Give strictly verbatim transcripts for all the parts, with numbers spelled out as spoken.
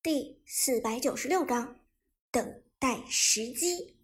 第四百九十六章等待时机。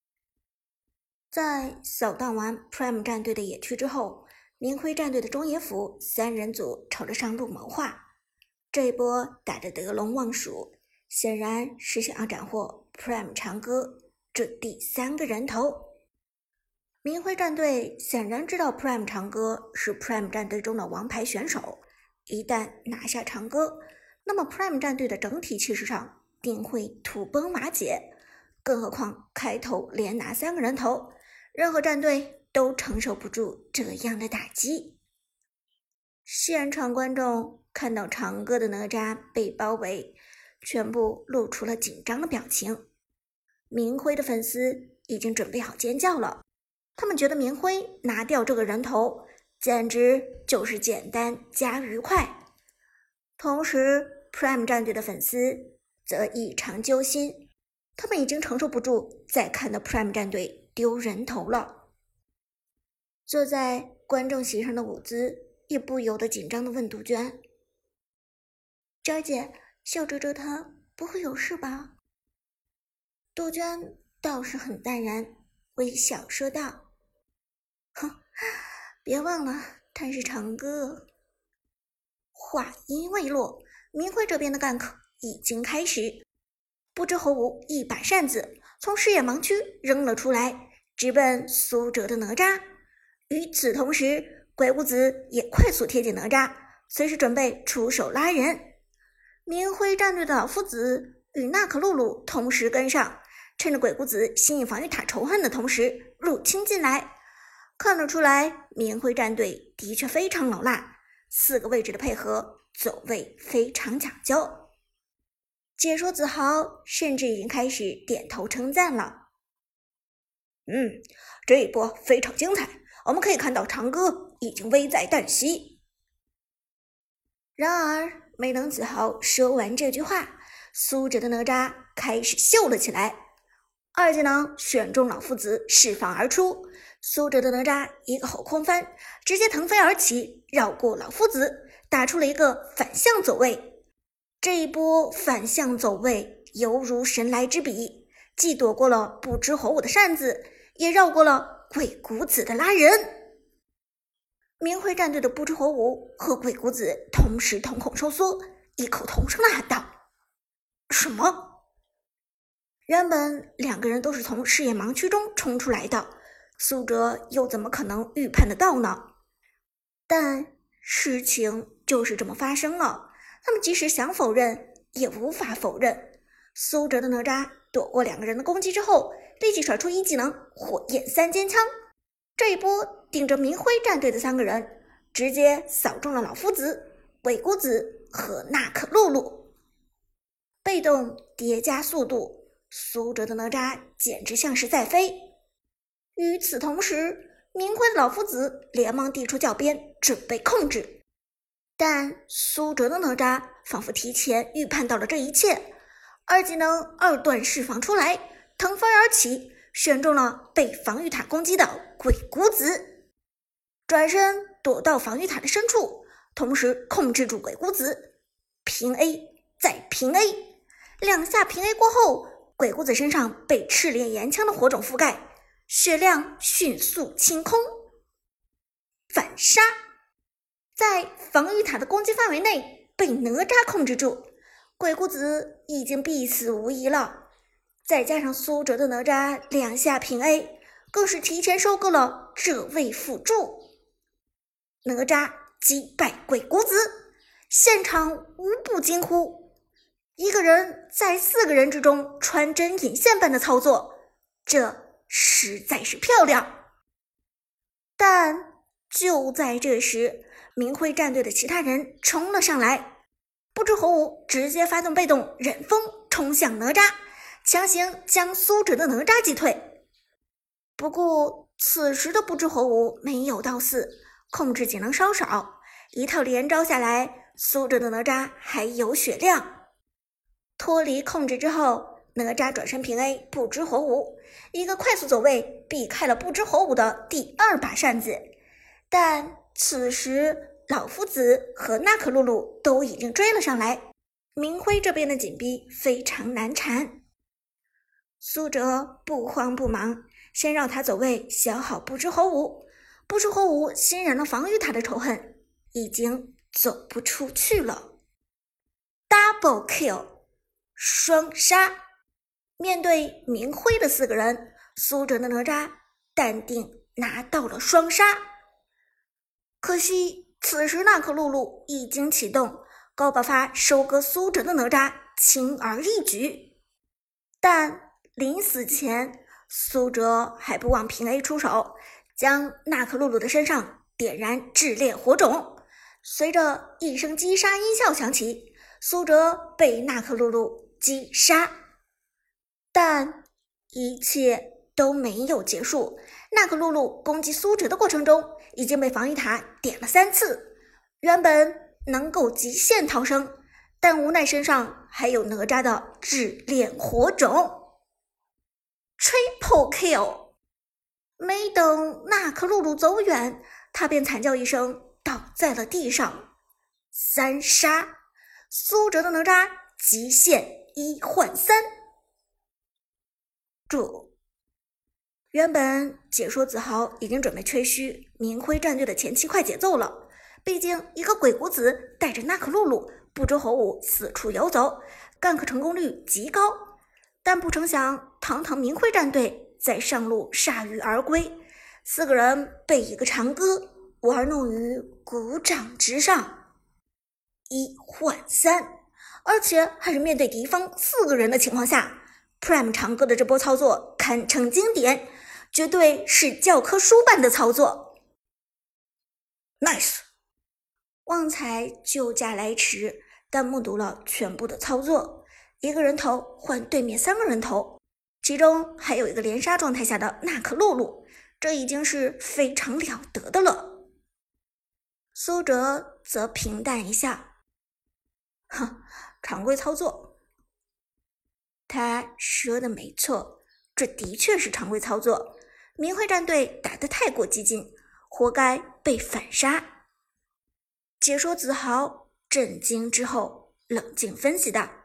在扫荡完 Prime 战队的野区之后，明辉战队的中野辅三人组朝着上路谋划。这一波打得得陇望蜀，显然是想要斩获 Prime 长歌这第三个人头。明辉战队显然知道 Prime 长歌是 Prime 战队中的王牌选手，一旦拿下长歌，那么 Prime 战队的整体气势上定会土崩瓦解，更何况开头连拿三个人头，任何战队都承受不住这样的打击。现场观众看到长歌的哪吒被包围，全部露出了紧张的表情。明辉的粉丝已经准备好尖叫了，他们觉得明辉拿掉这个人头简直就是简单加愉快。同时 Prime 战队的粉丝则异常揪心，他们已经承受不住再看到 Prime 战队丢人头了。坐在观众席上的伍兹也不由得紧张地问杜鹃：“娟姐，小哲哲他不会有事吧？”杜鹃倒是很淡然，微笑说道：“哼，别忘了他是长歌。”话音未落，明辉这边的 gank 已经开始。不知侯武一把扇子从视野盲区扔了出来，直奔苏哲的哪吒。与此同时，鬼谷子也快速贴近哪吒，随时准备出手拉人。明辉战队的老夫子与娜可露露同时跟上，趁着鬼谷子吸引防御塔仇恨的同时入侵进来。看得出来，明辉战队的确非常老辣，四个位置的配合走位非常讲究。解说子豪甚至已经开始点头称赞了。嗯，这一波非常精彩，我们可以看到长歌已经危在旦夕。然而没等子豪说完这句话，苏哲的哪吒开始秀了起来。二技能选中老夫子释放而出，苏哲的哪吒一个后空翻，直接腾飞而起，绕过老夫子，打出了一个反向走位。这一波反向走位犹如神来之笔，既躲过了不知火舞的扇子，也绕过了鬼谷子的拉人。明辉战队的不知火舞和鬼谷子同时瞳孔收缩，异口同声的喊道：“什么？”原本两个人都是从视野盲区中冲出来的，苏哲又怎么可能预判得到呢？但事情就是这么发生了，他们即使想否认也无法否认。苏哲的哪吒躲过两个人的攻击之后，立即甩出一技能火焰三尖枪，这一波顶着明辉战队的三个人，直接扫中了老夫子、鬼谷子和娜可露露。被动叠加速度，苏哲的哪吒简直像是在飞。与此同时，明辉的老夫子连忙递出教鞭准备控制，但苏哲的哪吒仿佛提前预判到了这一切，二技能二段释放出来，腾飞而起，选中了被防御塔攻击的鬼谷子，转身躲到防御塔的深处，同时控制住鬼谷子，平 A 再平 A， 两下平 A 过后，鬼谷子身上被赤烈炎枪的火种覆盖，血量迅速清空。反杀，在防御塔的攻击范围内被哪吒控制住，鬼谷子已经必死无疑了。再加上苏哲的哪吒两下平 A， 更是提前收割了这位辅助。哪吒击败鬼谷子，现场无不惊呼。一个人在四个人之中穿针引线般的操作，这实在是漂亮。但就在这时，明辉战队的其他人冲了上来，不知火舞直接发动被动忍风冲向哪吒，强行将苏哲的哪吒击退。不过此时的不知火舞没有到四，控制技能稍少，一套连招下来，苏哲的哪吒还有血量。脱离控制之后，哪吒转身平 A 不知火舞，一个快速走位避开了不知火舞的第二把扇子。但此时老夫子和娜可露露都已经追了上来， 明辉这边的紧逼非常难缠。苏哲不慌不忙，先让他走位消耗不知火舞。不知火舞欣然的防御他的仇恨，已经走不出去了。Double kill， 双杀。面对明辉的四个人，苏哲的哪吒淡定拿到了双杀。可惜此时娜可露露已经启动高爆发收割苏哲的哪吒，轻而易举。但临死前，苏哲还不忘平 A 出手，将娜可露露的身上点燃炽烈火种。随着一声击杀音效响起，苏哲被娜可露露击杀。但一切都没有结束，娜可露露攻击苏哲的过程中已经被防御塔点了三次，原本能够极限逃生，但无奈身上还有哪吒的炽烈火种。Triple kill， 没等娜可露露走远，他便惨叫一声倒在了地上。三杀，苏哲的哪吒极限一换三。这原本解说子豪已经准备吹嘘明辉战队的前期快节奏了，毕竟一个鬼谷子带着娜可露露不知火舞四处游走，gank成功率极高。但不成想堂堂明辉战队在上路铩羽而归，四个人被一个长歌玩弄于股掌之上。一换三，而且还是面对敌方四个人的情况下，Prime 长歌的这波操作堪称经典，绝对是教科书般的操作。Nice， 旺财救驾来迟，但目睹了全部的操作，一个人头换对面三个人头，其中还有一个连杀状态下的娜可露露，这已经是非常了得的了。苏哲则平淡一笑，哼，常规操作。他说的没错，这的确是常规操作。明辉战队打得太过激进，活该被反杀。解说子豪震惊之后冷静分析道，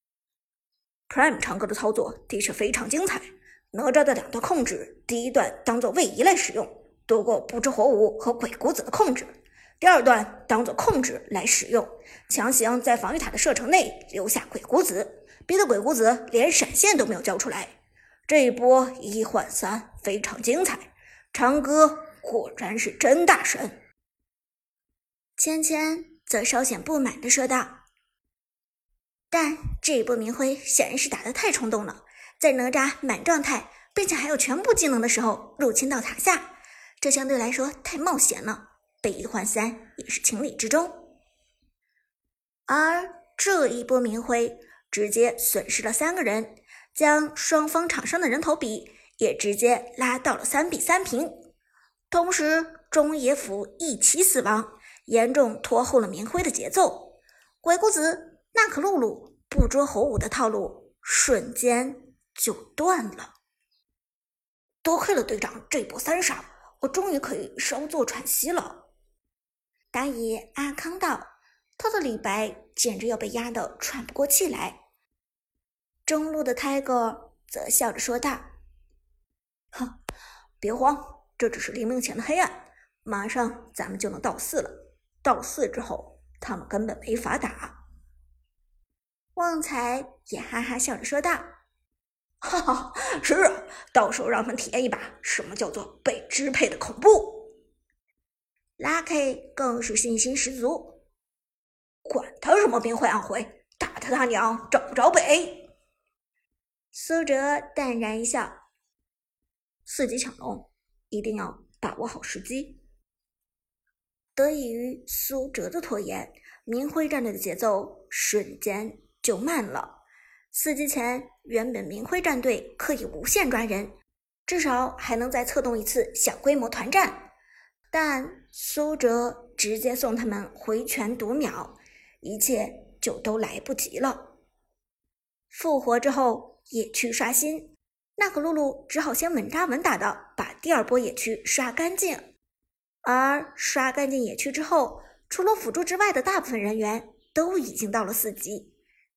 Prime 长歌的操作的确非常精彩，哪吒的两段控制，第一段当做位移来使用，躲过不知火舞和鬼谷子的控制，第二段当做控制来使用，强行在防御塔的射程内留下鬼谷子，逼得鬼谷子连闪现都没有交出来。这一波一换三非常精彩，长歌果然是真大神。芊芊则稍显不满地说道，但这一波明辉显然是打得太冲动了，在哪吒满状态并且还有全部技能的时候入侵到塔下，这相对来说太冒险了，被一换三也是情理之中。而这一波明辉直接损失了三个人，将双方场上的人头比也直接拉到了三比三平。同时中野辅一起死亡，严重拖后了明辉的节奏。鬼谷子、娜可露露、不捉火舞的套路瞬间就断了。多亏了队长这波三杀，我终于可以稍作喘息了。打野阿康道，他的李白简直要被压得喘不过气来。中路的 Tiger 则笑着说道，哼，别慌，这只是黎明前的黑暗，马上咱们就能到四了，到四之后他们根本没法打。旺财也哈哈笑着说道，哈哈，是啊，到时候让他们体验一把什么叫做被支配的恐怖。Lucky 更是信心十足，管他什么兵会暗回，打他他娘找不着北。苏哲淡然一笑，四级抢龙一定要把握好时机。得益于苏哲的拖延，明辉战队的节奏瞬间就慢了。四级前原本明辉战队可以无限抓人，至少还能再策动一次小规模团战，但苏哲直接送他们回拳读秒，一切就都来不及了。复活之后野区刷新，娜可露露只好先稳扎稳打的把第二波野区刷干净。而刷干净野区之后，除了辅助之外的大部分人员都已经到了四级，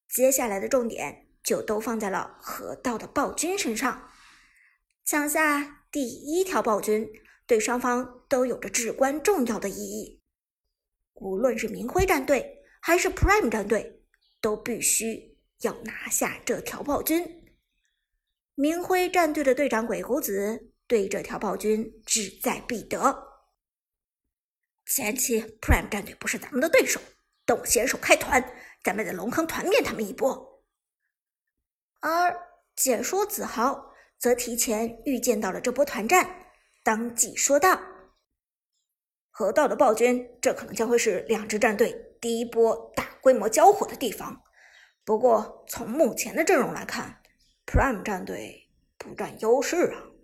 接下来的重点就都放在了河道的暴君身上。抢下第一条暴君，对双方都有着至关重要的意义。无论是明辉战队还是 Prime 战队，都必须要拿下这条暴君。明辉战队的队长鬼谷子对这条暴君志在必得。前期 Prime 战队不是咱们的对手，等我携手开团，咱们在龙坑团灭他们一波。而解说子豪则提前预见到了这波团战，当即说道：河道的暴君，这可能将会是两支战队第一波大规模交火的地方。不过从目前的阵容来看， Prime 战队不占优势啊。